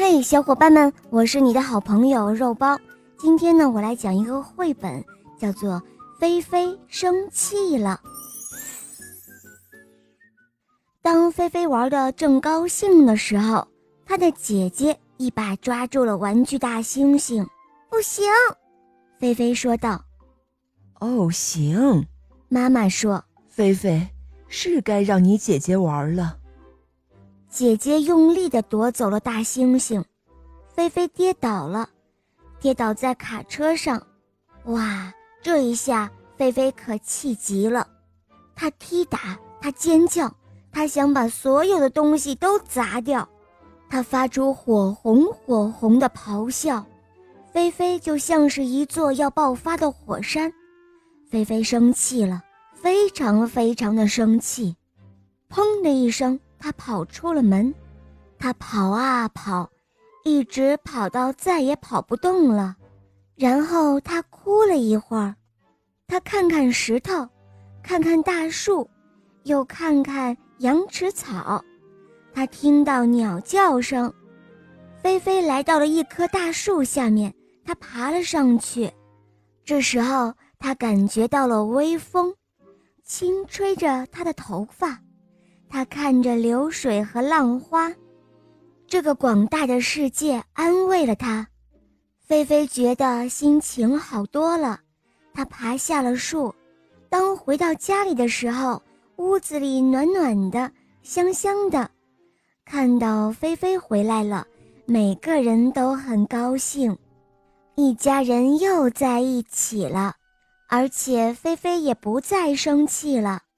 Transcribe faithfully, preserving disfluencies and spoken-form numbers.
嘿，小伙伴们，我是你的好朋友肉包。今天呢，我来讲一个绘本，叫做《菲菲生气了》。当菲菲玩得正高兴的时候，她的姐姐一把抓住了玩具大猩猩。不行，菲菲说道。 哦，行， 妈妈说。 菲菲，是该让你姐姐玩了。 姐姐用力地夺走了大猩猩，菲菲跌倒了，跌倒在卡车上。哇，这一下菲菲可气极了，她踢打，她尖叫，她想把所有的东西都砸掉，她发出火红火红的咆哮。菲菲就像是一座要爆发的火山。菲菲生气了，非常非常的生气。砰的一声，他跑出了门，他跑啊跑，一直跑到再也跑不动了。然后他哭了一会儿，他看看石头，看看大树，又看看羊齿草，他听到鸟叫声。菲菲来到了一棵大树下面，他爬了上去。这时候他感觉到了微风，轻吹着他的头发。他看着流水和浪花，这个广大的世界安慰了他。菲菲觉得心情好多了，她爬下了树。当回到家里的时候，屋子里暖暖的，香香的。看到菲菲回来了，每个人都很高兴，一家人又在一起了，而且菲菲也不再生气了。